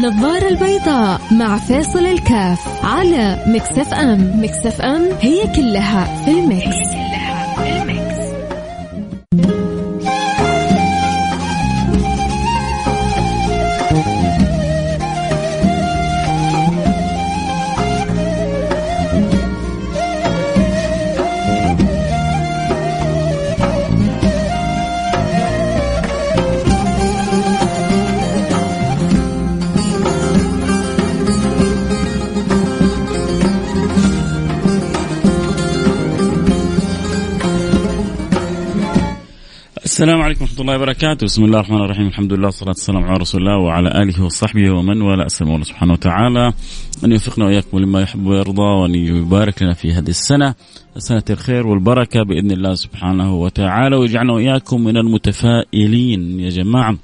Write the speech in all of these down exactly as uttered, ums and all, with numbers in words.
النظارة البيضاء مع فاصل الكاف على ميكس اف ام. ميكس اف ام هي كلها في الميكس. السلام عليكم ورحمة الله وبركاته. بسم الله الرحمن الرحيم. الحمد لله والصلاة والسلام على رسول الله وعلى آله وصحبه ومن والاه. أسأل الله سبحانه وتعالى أن يوفقنا وإياكم لما يحب ويرضى، وأن يبارك لنا في هذه السنة، سنة الخير والبركة بإذن الله سبحانه وتعالى، ويجعلنا وإياكم من المتفائلين. يا جماعة،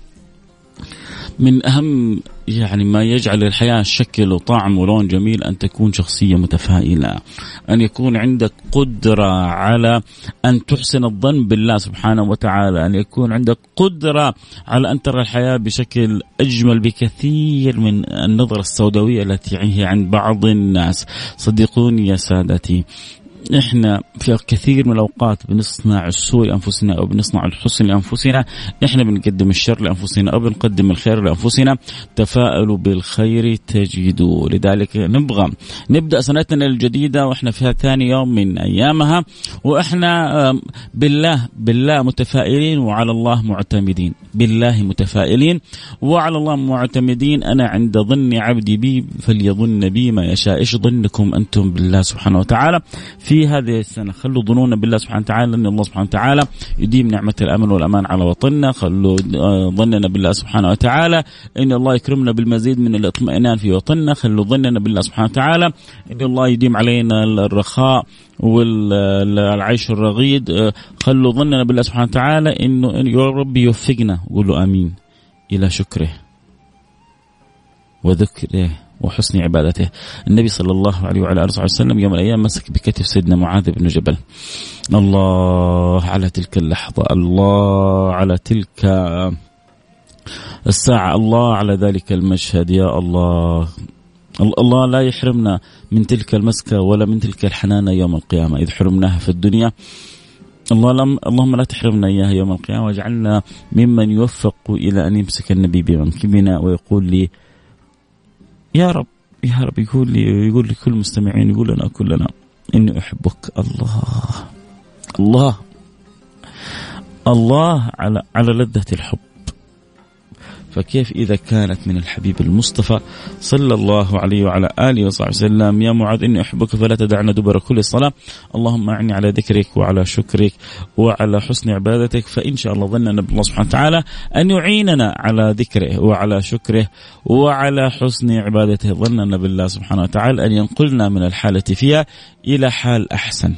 من أهم يعني ما يجعل الحياة شكل وطعم ولون جميل أن تكون شخصية متفائلة، أن يكون عندك قدرة على أن تحسن الظن بالله سبحانه وتعالى، أن يكون عندك قدرة على أن ترى الحياة بشكل أجمل بكثير من النظرة السوداوية التي هي عند بعض الناس. صديقوني يا سادتي، إحنا في كثير من الأوقات بنصنع السوء لأنفسنا أو بنصنع الحسن لأنفسنا. إحنا بنقدم الشر لأنفسنا أو بنقدم الخير لأنفسنا. تفاءلوا بالخير تجدوا. لذلك نبغى نبدأ سنتنا الجديدة وإحنا فيها ثاني يوم من أيامها، وإحنا بالله بالله متفائلين وعلى الله معتمدين. بالله متفائلين وعلى الله معتمدين. أنا عند ظن عبدي بي فليظن بي ما يشاء. إيش ظنكم أنتم بالله سبحانه وتعالى في هذه السنة؟ خلوا ظنونا بالله سبحانه وتعالى أن الله سبحانه وتعالى يديم نعمة الأمن والأمان على وطننا. خلوا ظننا بالله سبحانه وتعالى أن الله يكرمنا بالمزيد من الاطمئنان في وطننا. خلوا ظننا بالله سبحانه وتعالى أن الله يديم علينا الرخاء والعيش الرغيد. خلوا ظننا بالله سبحانه وتعالى إنه يا ربي يوفقنا. قولوا آمين إلى شكره وذكره وحسن عبادته. النبي صلى الله عليه وعلى آله وسلم يوم الأيام مسك بكتف سيدنا معاذ بن جبل. الله على تلك اللحظة، الله على تلك الساعة، الله على ذلك المشهد. يا الله، الله لا يحرمنا من تلك المسكة ولا من تلك الحنانة يوم القيامة إذ حرمناها في الدنيا. الله لم اللهم لا تحرمنا إياها يوم القيامة، واجعلنا ممن يوفق إلى أن يمسك النبي بمنكبنا ويقول لي يا رب يا رب. يقول لي يقول لكل المستمعين، يقول لنا كلنا إني أحبك. الله الله الله على على لذة الحب. فكيف إذا كانت من الحبيب المصطفى صلى الله عليه وعلى آله وصحبه وسلم. يا معاذ إني أحبك فلا تدعنا دبر كل الصلاة. اللهم أعني على ذكرك وعلى شكرك وعلى حسن عبادتك. فإن شاء الله ظننا بالله سبحانه وتعالى أن يعيننا على ذكره وعلى شكره وعلى حسن عبادته. ظننا بالله سبحانه وتعالى أن ينقلنا من الحالة فيها إلى حال أحسن،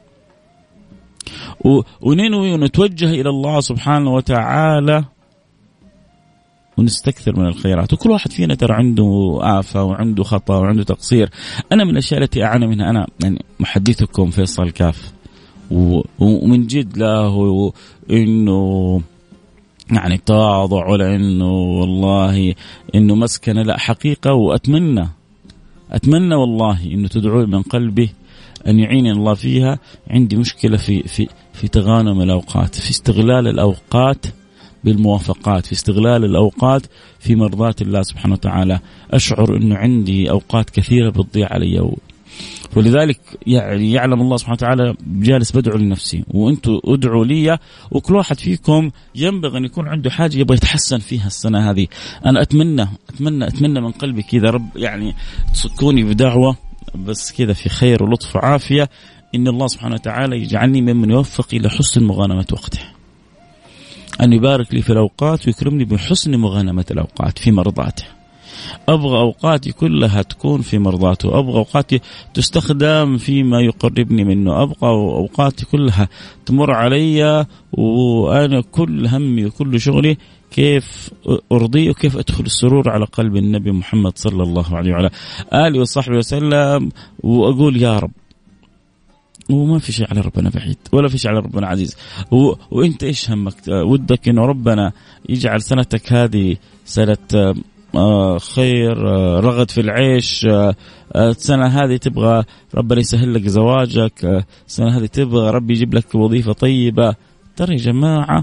وننوي ونتوجه إلى الله سبحانه وتعالى ونستكثر من الخيرات. وكل واحد فينا ترى عنده آفة وعنده خطأ وعنده تقصير. أنا من الأشياء التي أعاني منها، أنا يعني محدثكم فيصل كاف، ومن جد له إنه يعني تواضع ولا إنه والله إنه مسكنة، لا حقيقة. وأتمنى أتمنى والله إنه تدعو من قلبي أن يعين الله فيها. عندي مشكلة في في في تغانم الأوقات، في استغلال الأوقات بالموافقات، في استغلال الأوقات في مرضات الله سبحانه وتعالى. أشعر أنه عندي أوقات كثيرة بتضيع علي، ولذلك يعني يعلم الله سبحانه وتعالى جالس بدعو لنفسي وأنتوا ادعوا لي. وكل واحد فيكم ينبغي أن يكون عنده حاجة يبغى يتحسن فيها السنة هذه. أنا أتمنى أتمنى أتمنى من قلبي كذا رب يعني تصدقوني بدعوة بس كذا في خير ولطف وعافية، إن الله سبحانه وتعالى يجعلني ممن يوفق إلى حسن مغانمة وقته، أن يبارك لي في الأوقات ويكرمني بحسن مغانمة الأوقات في مرضاته. أبغى أوقاتي كلها تكون في مرضاته، أبغى أوقاتي تستخدم فيما يقربني منه، أبغى أوقاتي كلها تمر علي وأنا كل همي وكل شغلي كيف أرضيه وكيف أدخل السرور على قلب النبي محمد صلى الله عليه وعلى آله وصحبه وسلم، وأقول يا رب. وما في شيء على ربنا بعيد ولا في شيء على ربنا عزيز. و... وإنت إيش همك؟ ودك إنه ربنا يجعل سنتك هذه سنة آه خير، آه رغد في العيش، آه السنة هذه تبغى ربنا يسهل لك زواجك، آه السنة هذه تبغى ربي يجيب لك وظيفة طيبة. ترى يا جماعة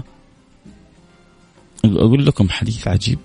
أقول لكم حديث عجيب،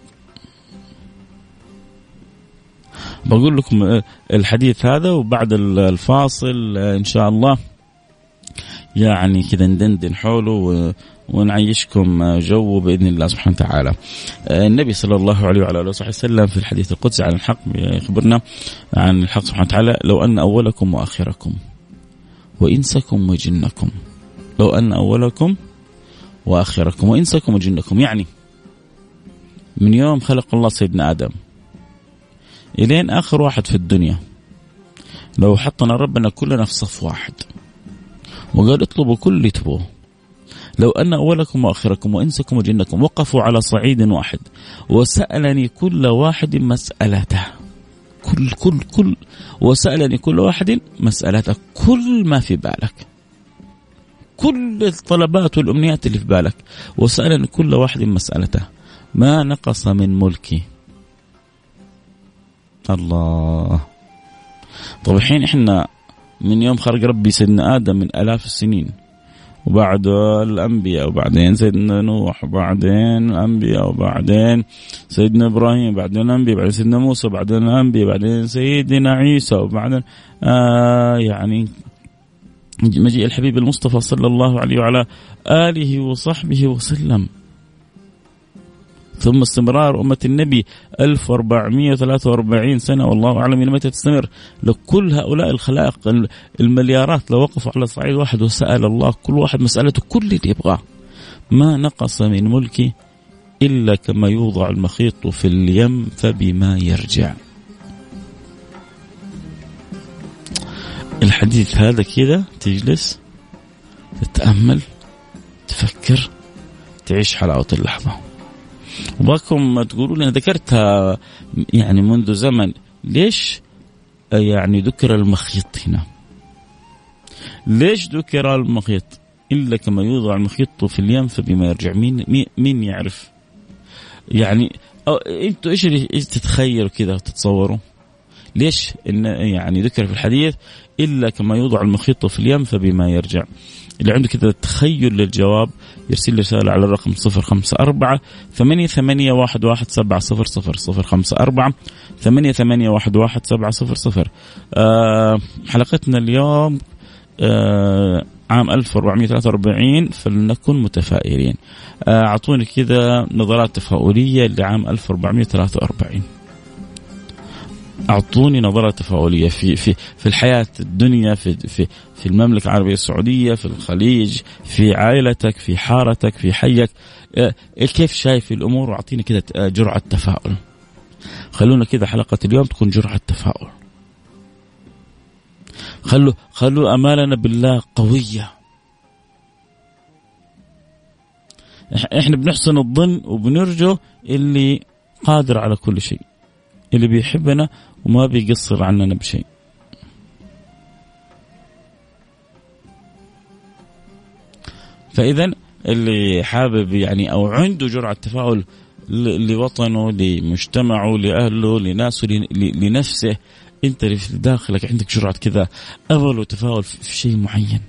بقول لكم الحديث هذا وبعد الفاصل إن شاء الله يعني كذا ندندن حوله ونعيشكم جو بإذن الله سبحانه وتعالى. النبي صلى الله عليه وعلى آله وصحبه وسلم في الحديث القدسي عن الحق يخبرنا عن الحق سبحانه وتعالى: لو أن أولكم وآخركم وإنسكم وجنكم، لو أن أولكم وآخركم وإنسكم وجنكم، يعني من يوم خلق الله سيدنا آدم إلين آخر واحد في الدنيا، لو حطنا ربنا كلنا في صف واحد وقال اطلبوا كل اللي تبوه، لو أن أولكم وآخركم وإنسكم وجنكم وقفوا على صعيد واحد وسألني كل واحد مسألته، كل كل كل وسألني كل واحد مسألته، كل ما في بالك، كل الطلبات والأمنيات اللي في بالك، وسألني كل واحد مسألته، ما نقص من ملكي. الله. طب الحين احنا من يوم خلق ربي سيدنا آدم من آلاف السنين، وبعد الأنبياء، وبعدين سيدنا نوح، وبعدين الأنبياء، وبعدين سيدنا إبراهيم، بعدين الأنبياء، بعدين سيدنا موسى، بعدين الأنبياء، بعدين سيدنا عيسى، وبعدين آه يعني مجيء الحبيب المصطفى صلى الله عليه وعلى آله وصحبه وسلم، ثم استمرار أمة النبي ألف وأربعمائة وثلاثة وأربعين سنة، والله أعلم إلى متى تستمر. لو كل هؤلاء الخلائق المليارات لو وقفوا على صعيد واحد وسأل الله كل واحد مسألته كل اللي يبغاه، ما نقص من ملكي إلا كما يوضع المخيط في اليم فبما يرجع. الحديث هذا كذا تجلس تتأمل تفكر تعيش حلاوة اللحظة. وباكم تقولوا لي أنا ذكرتها يعني منذ زمن، ليش يعني ذكر المخيط هنا؟ ليش ذكر المخيط؟ إلا كما يوضع المخيط في اليم فبما يرجع. مين مين يعرف يعني؟ أنتوا إيش اللي تتخيلوا كذا وتتصوروا؟ ليش إن يعني ذكر في الحديث إلا كما يوضع المخيط في اليم فبما يرجع؟ اللي عنده كذا تخيل للجواب يرسل رسالة على الرقم صفر خمسة أربعة ثمانية ثمانية واحد واحد سبعة صفر صفر صفر خمسة أربعة ثمانية ثمانية واحد واحد سبعة صفر صفر. أه حلقتنا اليوم أه عام ألف وأربعمائة وثلاثة وأربعين، فلنكن متفائلين. أعطوني أه كذا نظرات تفاؤلية لعام ألف وأربعمائة وثلاثة وأربعين. أعطوني نظرة تفاؤلية في في في الحياة الدنيا، في في في المملكة العربية السعودية، في الخليج، في عائلتك، في حارتك، في حيك. كيف شايف الأمور؟ وأعطيني كده جرعة تفاؤل. خلونا كده حلقة اليوم تكون جرعة تفاؤل. خلوا خلوا أمالنا بالله قوية. إحنا بنحسن الظن وبنرجو اللي قادر على كل شيء، اللي بيحبنا وما بيقصر عننا بشيء. فإذا اللي حابب يعني أو عنده جرعة تفاؤل لوطنه، لمجتمعه، لأهله، لناسه، لنفسه، أنت اللي في داخلك عندك جرعة كذا أمل وتفاؤل في شيء معين.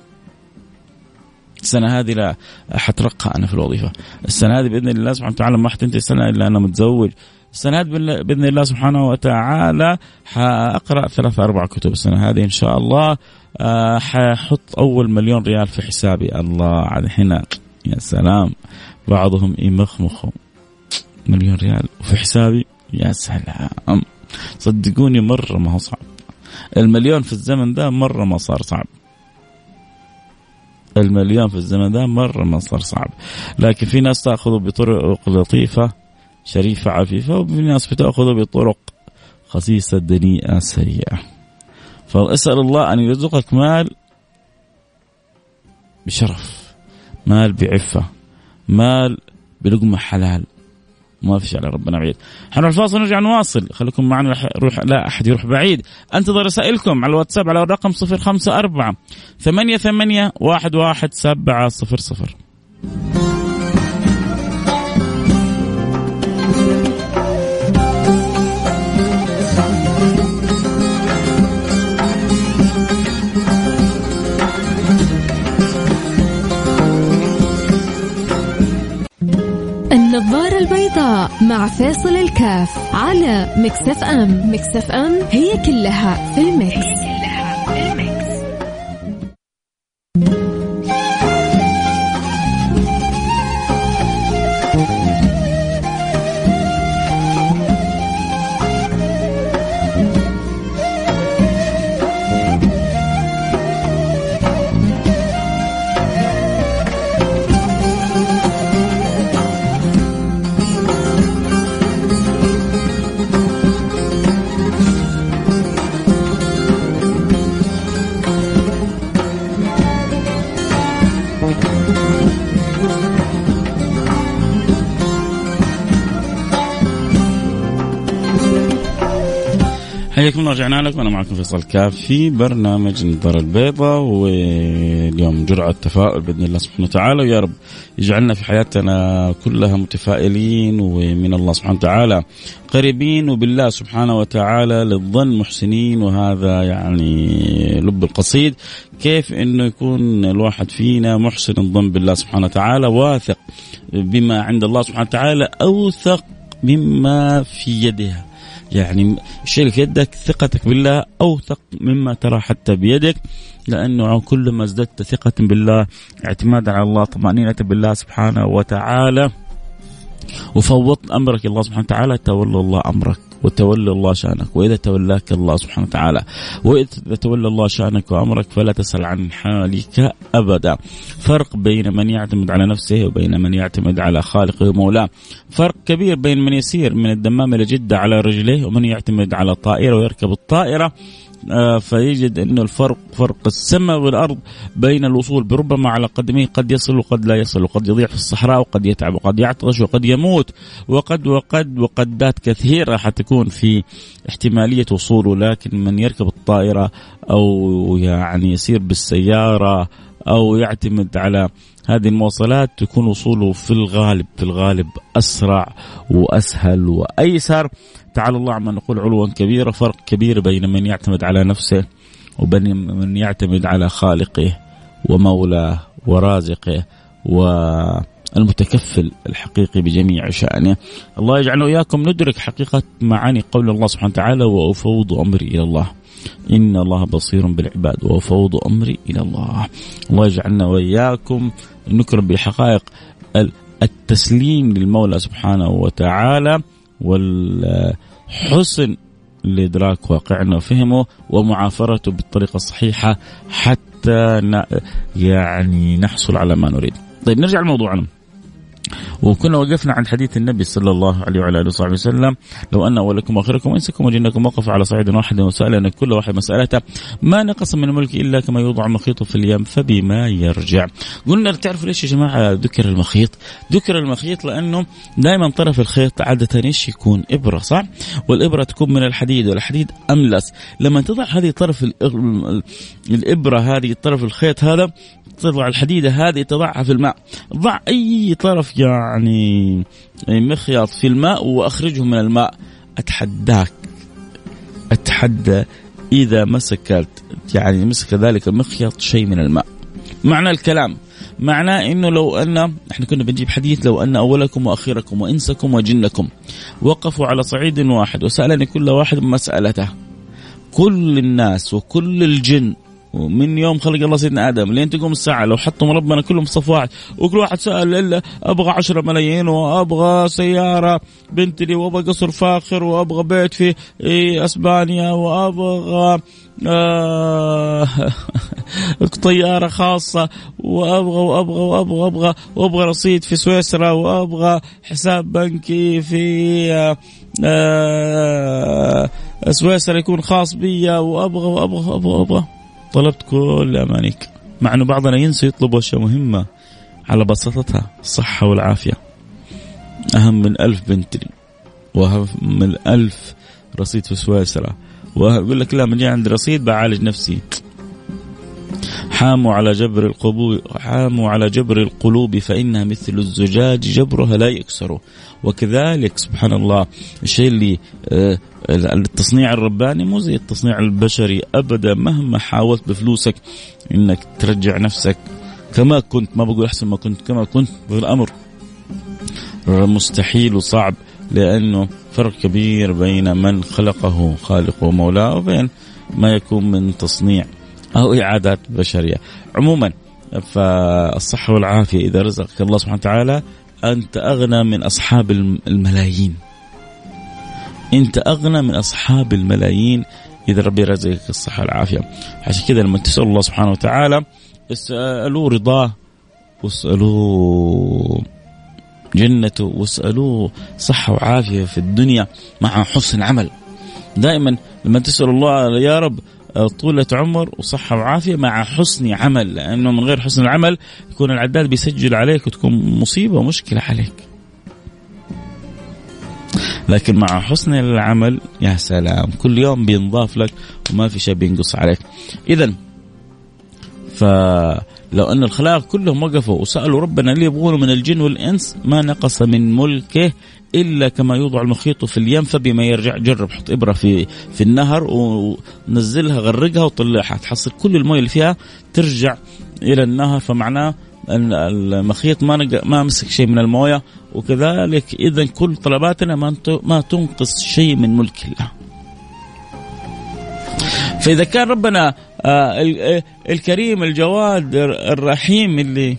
السنة هذه لا حترقى أنا في الوظيفة، السنة هذه بإذن الله سبحانه وتعالى ما حتنتهي السنة إلا أنا متزوج، السنة هذه بإذن الله سبحانه وتعالى حأقرأ ثلاثة أربع كتب، السنة هذه إن شاء الله ححط أول مليون ريال في حسابي. الله على هنا يا سلام، بعضهم يمخمخوا مليون ريال وفي حسابي، يا سلام. صدقوني مرة ما هو صعب المليون في الزمن ده، مرة ما صار صعب المليون في الزمن ده، مرة ما صار صعب. لكن في ناس تأخذه بطرق لطيفة شريفة عفيفة، وفي ناس بتأخذه بطرق خسيسة دنيئة سيئة. فأسأل الله أن يرزقك مال بشرف، مال بعفة، مال بلقمة حلال، ما فيش على ربنا بعيد. حنروح الفاصل نرجع نواصل، خليكم معنا، روح لا أحد يروح بعيد. أنتظر رسائلكم على الواتساب على الرقم صفر خمسة أربعة ثمانية ثمانية واحد واحد سبعة صفر صفر. مع فاصل الكاف على مكسف أم. مكسف أم هي كلها في المكس. حياكم الله، رجعنا لكم. أنا معكم فيصل كاف في برنامج النظارة البيضاء، واليوم جرعة تفاؤل بإذن الله سبحانه وتعالى، ويا رب يجعلنا في حياتنا كلها متفائلين ومن الله سبحانه وتعالى قريبين، وبالله سبحانه وتعالى للظن محسنين. وهذا يعني لب القصيد، كيف إنه يكون الواحد فينا محسن الظن بالله سبحانه وتعالى، واثق بما عند الله سبحانه وتعالى، أوثق مما في يده. يعني الشيء في يدك ثقتك بالله أوثق مما ترى حتى بيدك، لأنه كلما ازددت ثقة بالله، اعتماد على الله، طمأنينة بالله سبحانه وتعالى، وفوضت أمرك الله سبحانه وتعالى، تولى الله أمرك وتولى الله شأنك. وإذا تولاك الله سبحانه وتعالى، وإذا تولى الله شأنك وأمرك، فلا تسأل عن حالك أبدا. فرق بين من يعتمد على نفسه وبين من يعتمد على خالقه ومولاه. فرق كبير بين من يسير من الدمام إلى جدة على رجليه، ومن يعتمد على طائرة ويركب الطائرة. آه فيجد أن الفرق فرق السماء والأرض بين الوصول بربما على قدميه، قد يصل وقد لا يصل، وقد يضيع في الصحراء، وقد يتعب، وقد يعطش، وقد يموت، وقد وقد وقدات كثيرة حتكون في احتمالية وصوله. لكن من يركب الطائرة أو يعني يسير بالسيارة أو يعتمد على هذه المواصلات، تكون وصوله في الغالب في الغالب أسرع وأسهل وأيسر. تعالى الله عما نقول علوا كبيرا. فرق كبير بين من يعتمد على نفسه وبين من يعتمد على خالقه ومولاه ورازقه والمتكفل الحقيقي بجميع شأنه. الله يجعلنا وإياكم ندرك حقيقة معاني قول الله سبحانه وتعالى: وأفوض أمري إلى الله، إن الله بصير بالعباد، وأفوض أمري إلى الله. الله يجعلنا وإياكم نكرم بحقائق التسليم للمولى سبحانه وتعالى، والحسن لإدراك واقعنا وفهمه ومعافرته بالطريقة الصحيحة حتى يعني نحصل على ما نريد. طيب نرجع لموضوعنا، وكنا وقفنا عند حديث النبي صلى الله عليه وعلى آله وصحبه وسلم: لو أن أولكم وآخركم وإنسكم وجنكم وقفوا على صعيد واحد وسأل أن كل واحد مسألته ما نقص من الملك إلا كما يوضع مخيط في اليم فبما يرجع. قلنا تعرفوا ليش يا جماعة ذكر المخيط؟ ذكر المخيط لأنه دائما طرف الخيط عادة إيش يكون؟ إبرة، صح؟ والإبرة تكون من الحديد، والحديد أملس. لما تضع هذه طرف الإبرة، هذه طرف الخيط هذا، تضع الحديدة هذه تضعها في الماء. ضع أي طرف يعني مخيط في الماء وأخرجه من الماء، أتحداك أتحدى إذا مسكت يعني مسك ذلك المخيط شيء من الماء. معنى الكلام معناه إنه لو أن إحنا كنا بنجيب حديث: لو أن أولكم وأخيركم وإنسكم وجنكم وقفوا على صعيد واحد وسألني كل واحد مسألته، كل الناس وكل الجن ومن يوم خلق الله سيدنا آدم لين تقوم الساعة، لو حطهم ربنا كلهم صف واحد وكل واحد سأل إلا أبغى عشرة ملايين، وأبغى سيارة بنت لي، وأبغى قصر فاخر، وأبغى بيت في أسبانيا، وأبغى آه طيارة خاصة، وأبغى وأبغى وأبغى وأبغى وأبغى رصيد في سويسرا، وأبغى حساب بنكي في آه سويسرا يكون خاص بي، وأبغى وأبغى وأبغى وأبغى طلبت كل أمانيك. مع أنه بعضنا ينسى يطلب أشياء مهمة على بساطتها: الصحة والعافية أهم من ألف بنتلي، وأهم من ألف رصيد في سويسرا. ويقول لك لا، من جاء عند رصيد بعالج نفسي. حاموا على جبر القلوب حاموا على جبر القلوب فإنها مثل الزجاج جبرها لا يكسره. وكذلك سبحان الله الشيء اللي آه التصنيع الرباني مو زي التصنيع البشري أبدا. مهما حاولت بفلوسك إنك ترجع نفسك كما كنت، ما بقول أحسن ما كنت، كما كنت، بالأمر مستحيل وصعب لأنه فرق كبير بين من خلقه خالقه ومولاه وبين ما يكون من تصنيع أو إعادات بشرية. عموما فالصحة والعافية إذا رزقك الله سبحانه وتعالى أنت أغنى من أصحاب الملايين، أنت أغنى من أصحاب الملايين إذا ربي رزقك الصحة والعافية. عشان كذا لما تسأل الله سبحانه وتعالى اسألوا رضاه واسألوا جنته واسألوا صحة وعافية في الدنيا مع حسن عمل. دائما لما تسأل الله يا رب طولة عمر وصحة وعافية مع حسن عمل، لأنه من غير حسن العمل يكون العداد بيسجل عليك وتكون مصيبة ومشكلة عليك. لكن مع حسن العمل يا سلام كل يوم بينضاف لك وما في شيء بينقص عليك. إذن فلو أن الخلائق كلهم وقفوا وسألوا ربنا ليه يبغون من الجن والإنس ما نقص من ملكه إلا كما يوضع المخيط في اليم فبما يرجع. جرب حط إبرة في في النهر ونزلها غرقها وطلعها تحصل كل الماء اللي فيها ترجع إلى النهر، فمعناه المخيط ما ما مسك شيء من المويه. وكذلك إذن كل طلباتنا ما ما تنقص شيء من ملك الله. فإذا كان ربنا الكريم الجواد الرحيم اللي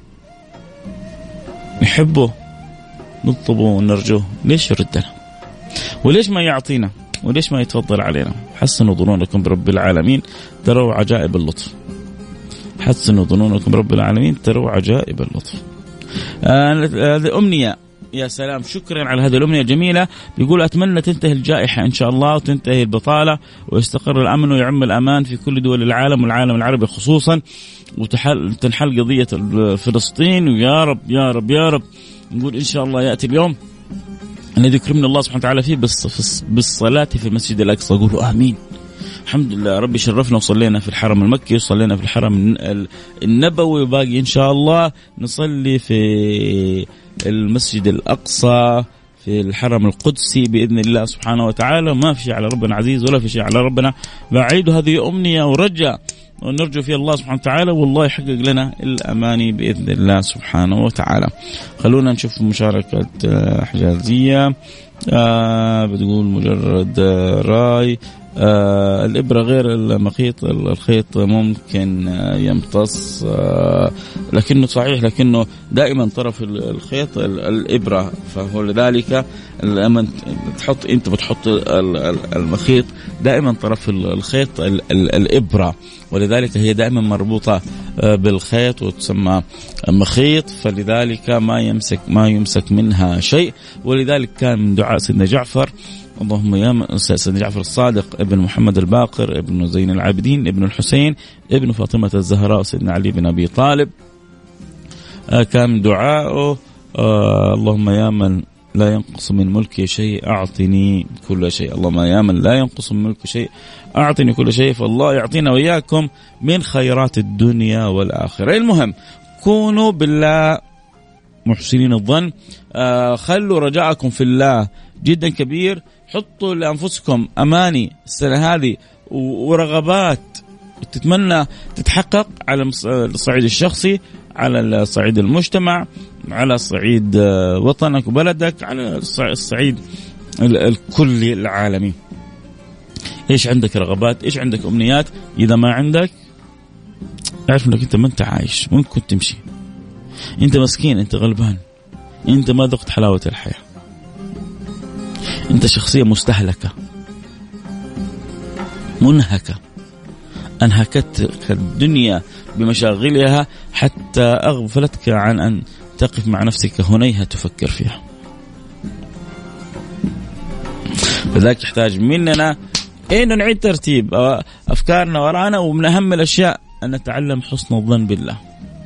نحبه نطلبه ونرجوه، ليش يردنا؟ وليش ما يعطينا؟ وليش ما يتفضل علينا؟ حسنوا ظنونكم برب العالمين تروا عجائب اللطف. حسنوا ظنونكم برب العالمين تروا عجائب اللطف. هذه آه أمنية. يا سلام، شكرا على هذه الأمنية الجميلة. بيقول أتمنى تنتهي الجائحة إن شاء الله وتنتهي البطالة ويستقر الأمن ويعم الأمان في كل دول العالم والعالم العربي خصوصا، وتنحل قضية فلسطين. ويا رب يا رب يا رب نقول إن شاء الله يأتي اليوم الذي يكرمنا الله سبحانه وتعالى فيه بالصلاة في المسجد الأقصى. قولوا آمين. الحمد لله ربي شرفنا وصلينا في الحرم المكي وصلينا في الحرم النبوي، وباقي إن شاء الله نصلي في المسجد الأقصى في الحرم القدسي بإذن الله سبحانه وتعالى. ما في شيء على ربنا عزيز ولا في شيء على ربنا بعيد. هذه أمنية ورجاء ونرجو في الله سبحانه وتعالى والله يحقق لنا الأماني بإذن الله سبحانه وتعالى. خلونا نشوف مشاركة حجازية. آه بتقول مجرد راي آه الإبرة غير المخيط، الخيط ممكن آه يمتص آه لكنه صحيح، لكنه دائما طرف الخيط الإبرة، فهو لذلك لما تحط أنت بتحط المخيط دائما طرف الخيط الإبرة، ولذلك هي دائما مربوطة بالخيط وتسمى مخيط، فلذلك ما يمسك ما يمسك منها شيء. ولذلك كان من دعاء سيدنا جعفر اللهم يا سيدنا جعفر الصادق ابن محمد الباقر ابن زين العابدين ابن الحسين ابن فاطمة الزهراء سيدنا علي بن أبي طالب، كان دعاءه اللهم يا من لا ينقص من ملكي شيء أعطني كل شيء. اللهم يا من لا ينقص من ملكي شيء أعطني كل شيء. فالله يعطينا وإياكم من خيرات الدنيا والآخرة. المهم كونوا بالله محسنين الظن، آه خلوا رجاءكم في الله جدا كبير. حطوا لأنفسكم أماني السنة هذه ورغبات تتمنى تتحقق على الصعيد الشخصي، على الصعيد المجتمع، على صعيد وطنك وبلدك، على الصعيد الكلي العالمي. إيش عندك رغبات؟ إيش عندك أمنيات؟ إذا ما عندك اعرف أنك أنت ما أنت عايش، ممكن تمشي، أنت مسكين، أنت غلبان، أنت ما ذقت حلاوة الحياة، أنت شخصية مستهلكة منهكة، أنهكتك الدنيا بمشاغلها حتى أغفلتك عن أن تقف مع نفسك هنيها تفكر فيها. فذلك يحتاج مننا إنه نعيد ترتيب أفكارنا ورانا، ومن أهم الأشياء أن نتعلم حسن الظن بالله،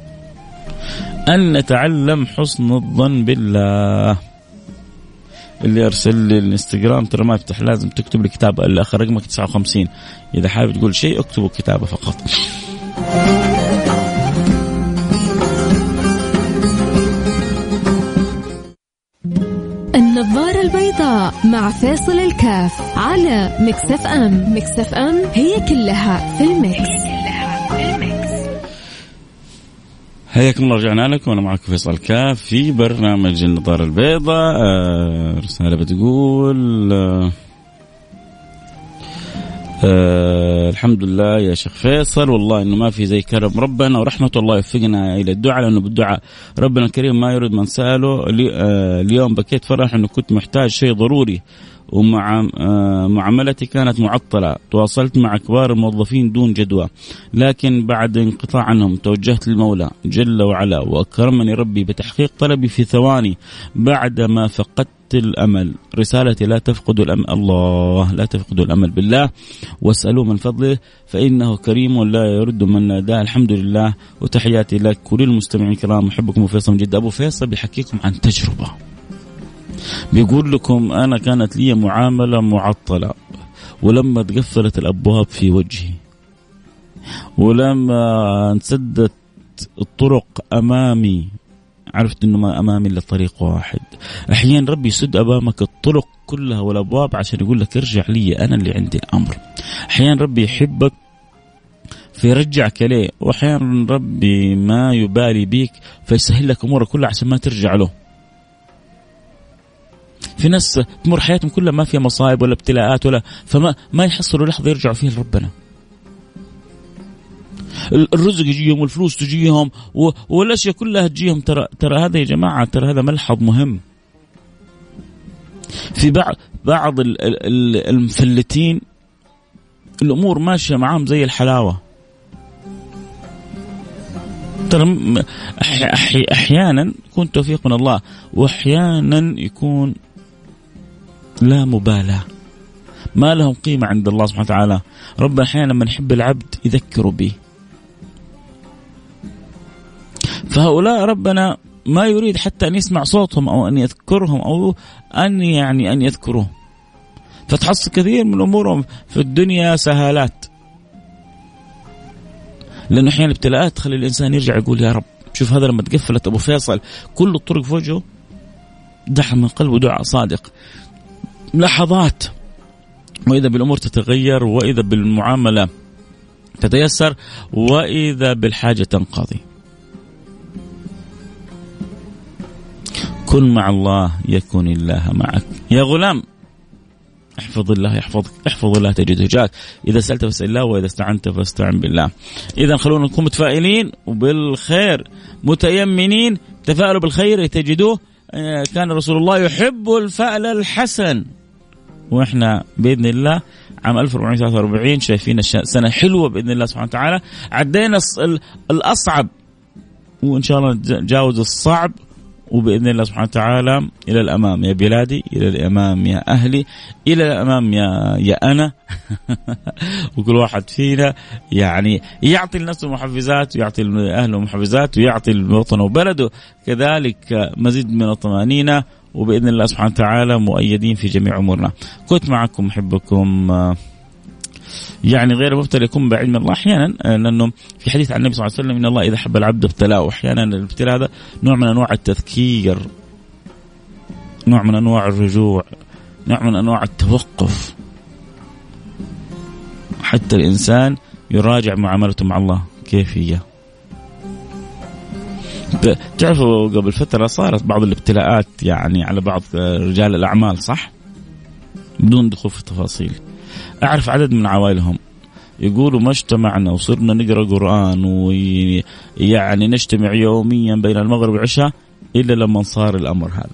أن نتعلم حسن الظن بالله. اللي أرسل لي الانستغرام ترى ما يفتح، لازم تكتب لي كتابة، الآخر رقمك تسعة وخمسين. إذا حابب تقول شيء اكتبوا كتابة فقط. النظارة البيضاء مع فاصل الكاف على مكسف أم. مكسف أم هي كلها في المكس. حياكم الله، رجعنا لكم وانا معكم فيصل كاف في برنامج النظارة البيضاء. آه رسالة بتقول آه آه الحمد لله يا شيخ فيصل، والله انه ما في زي كرم ربنا ورحمة الله، يوفقنا الى الدعاء، لانه بالدعاء ربنا الكريم ما يرد من سأله. آه اليوم بكيت فرح انه كنت محتاج شيء ضروري، ومع معاملتي كانت معطلة. تواصلت مع كبار الموظفين دون جدوى، لكن بعد انقطاع عنهم توجهت للمولى جل وعلا، وأكرمني ربي بتحقيق طلبي في ثواني بعدما فقدت الأمل. رسالتي لا تفقدوا الأمل، الله لا تفقدوا الأمل بالله، واسألوا من فضله فإنه كريم ولا يرد من ناداه. الحمد لله، وتحياتي لك كل المستمعين الكرام، أحبكم وفيصل من جدة. أبو فيصل بيحكيكم عن تجربة، بيقول لكم أنا كانت لي معاملة معطلة، ولما تقفلت الأبواب في وجهي، ولما انسدت الطرق أمامي، عرفت أنه ما أمامي إلا طريق واحد. أحيانا ربي يسد أمامك الطرق كلها والأبواب عشان يقول لك ارجع لي، أنا اللي عندي الأمر. أحيانا ربي يحبك فيرجعك ليه، وأحيانا ربي ما يبالي بيك فيسهل لك أمورك كلها عشان ما ترجع له. في ناس تمر حياتهم كلها ما فيها مصائب ولا ابتلاءات ولا فما ما يحصلوا لحظة يرجعوا فيها لربنا. الرزق يجيهم والفلوس تجيهم والأشياء كلها تجيهم. ترى ترى هذا يا جماعة، ترى هذا ملحظ مهم. في بعض بعض المفلتين الأمور ماشية معهم زي الحلاوة. ترى أحيانا يكون توفيق من الله، وأحيانا يكون لا مبالاة، ما لهم قيمة عند الله سبحانه وتعالى. ربنا أحيانا لما يحب العبد يذكر به، فهؤلاء ربنا ما يريد حتى أن يسمع صوتهم أو أن يذكرهم أو أن يعني أن يذكروه. فتحصل كثير من أمورهم في الدنيا سهالات، لأنه أحيانا الابتلاءات تخلي الإنسان يرجع يقول يا رب. شوف هذا لما تقفلت أبو فيصل كل الطرق في وجهه، دعا من قلبه دعاء صادق. لحظات، وإذا بالأمور تتغير، وإذا بالمعاملة تتيسر، وإذا بالحاجة تنقضي. كن مع الله يكون الله معك. يا غلام احفظ الله يحفظك، احفظ الله تجده جاك، إذا سألت فاسأل الله، وإذا استعنت فاستعن بالله. إذا خلونا نكون متفائلين وبالخير متيمنين. تفاءلوا بالخير تجدوه. كان رسول الله يحب الفأل الحسن، وإحنا بإذن الله عام ألف وأربعمائة وثلاثة وأربعين شايفين سنة حلوة بإذن الله سبحانه وتعالى. عدينا الأصعب وإن شاء الله نتجاوز الصعب، وبإذن الله سبحانه وتعالى إلى الأمام يا بلادي، إلى الأمام يا أهلي، إلى الأمام يا يا أنا. وكل واحد فينا يعني يعطي لنفسه محفزات، ويعطي لأهله محفزات، ويعطي لوطنه وبلده كذلك مزيد من الطمأنينة، وبإذن الله سبحانه وتعالى مؤيدين في جميع أمورنا. كنت معكم محبكم يعني غير مبتلى يكون بعيد من الله أحيانا، لأنه في حديث عن النبي صلى الله عليه وسلم إن الله إذا حب العبد ابتلاه. أحيانا الابتلاء هذا نوع من أنواع التذكير، نوع من أنواع الرجوع، نوع من أنواع التوقف، حتى الإنسان يراجع معاملته مع الله كيف هي. تعرفوا قبل فترة صارت بعض الابتلاءات يعني على بعض رجال الأعمال، صح؟ بدون دخول في التفاصيل. أعرف عدد من عوائلهم يقولوا ما اجتمعنا وصرنا نقرأ قرآن ويعني نجتمع يوميا بين المغرب والعشاء إلا لما صار الأمر هذا.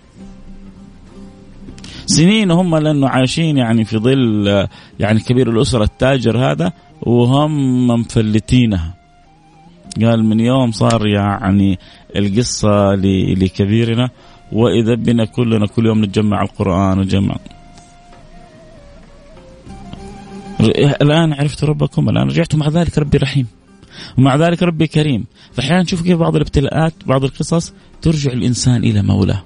سنين هم لأنه عايشين يعني في ظل يعني كبير الأسرة التاجر هذا، وهم مفلتينها. قال من يوم صار يعني القصة لكبيرنا، وإذا بنا كلنا كل يوم نتجمع القرآن ونجمع. الآن عرفت ربكم، الآن رجعتم، مع ذلك ربي رحيم، ومع ذلك ربي كريم. فأحيانا نشوف كيف بعض الابتلاءات، بعض القصص ترجع الإنسان إلى مولاه.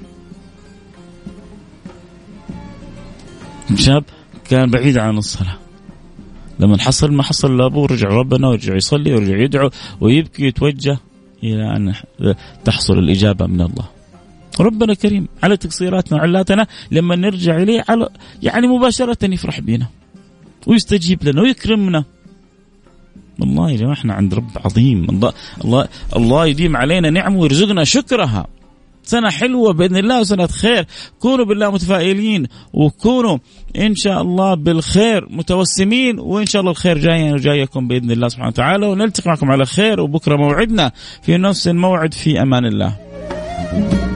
شاب كان بعيد عن الصلاة، لما حصل ما حصل لأبوه رجع ربنا، ورجع يصلي ورجع يدعو ويبكي يتوجه إلى أن تحصل الإجابة من الله. ربنا كريم على تقصيراتنا وعلاتنا، لما نرجع إليه على يعني مباشرة يفرح بنا ويستجيب لنا ويكرمنا. والله يا جماعة احنا عند رب عظيم. الله الله الله يديم علينا نعمه ويرزقنا شكرها. سنة حلوة بإذن الله وسنة خير. كونوا بالله متفائلين وكونوا إن شاء الله بالخير متوسمين، وإن شاء الله الخير جاي وجايكم بإذن الله سبحانه وتعالى. ونلتقي معكم على خير، وبكرة موعدنا في نفس الموعد في أمان الله.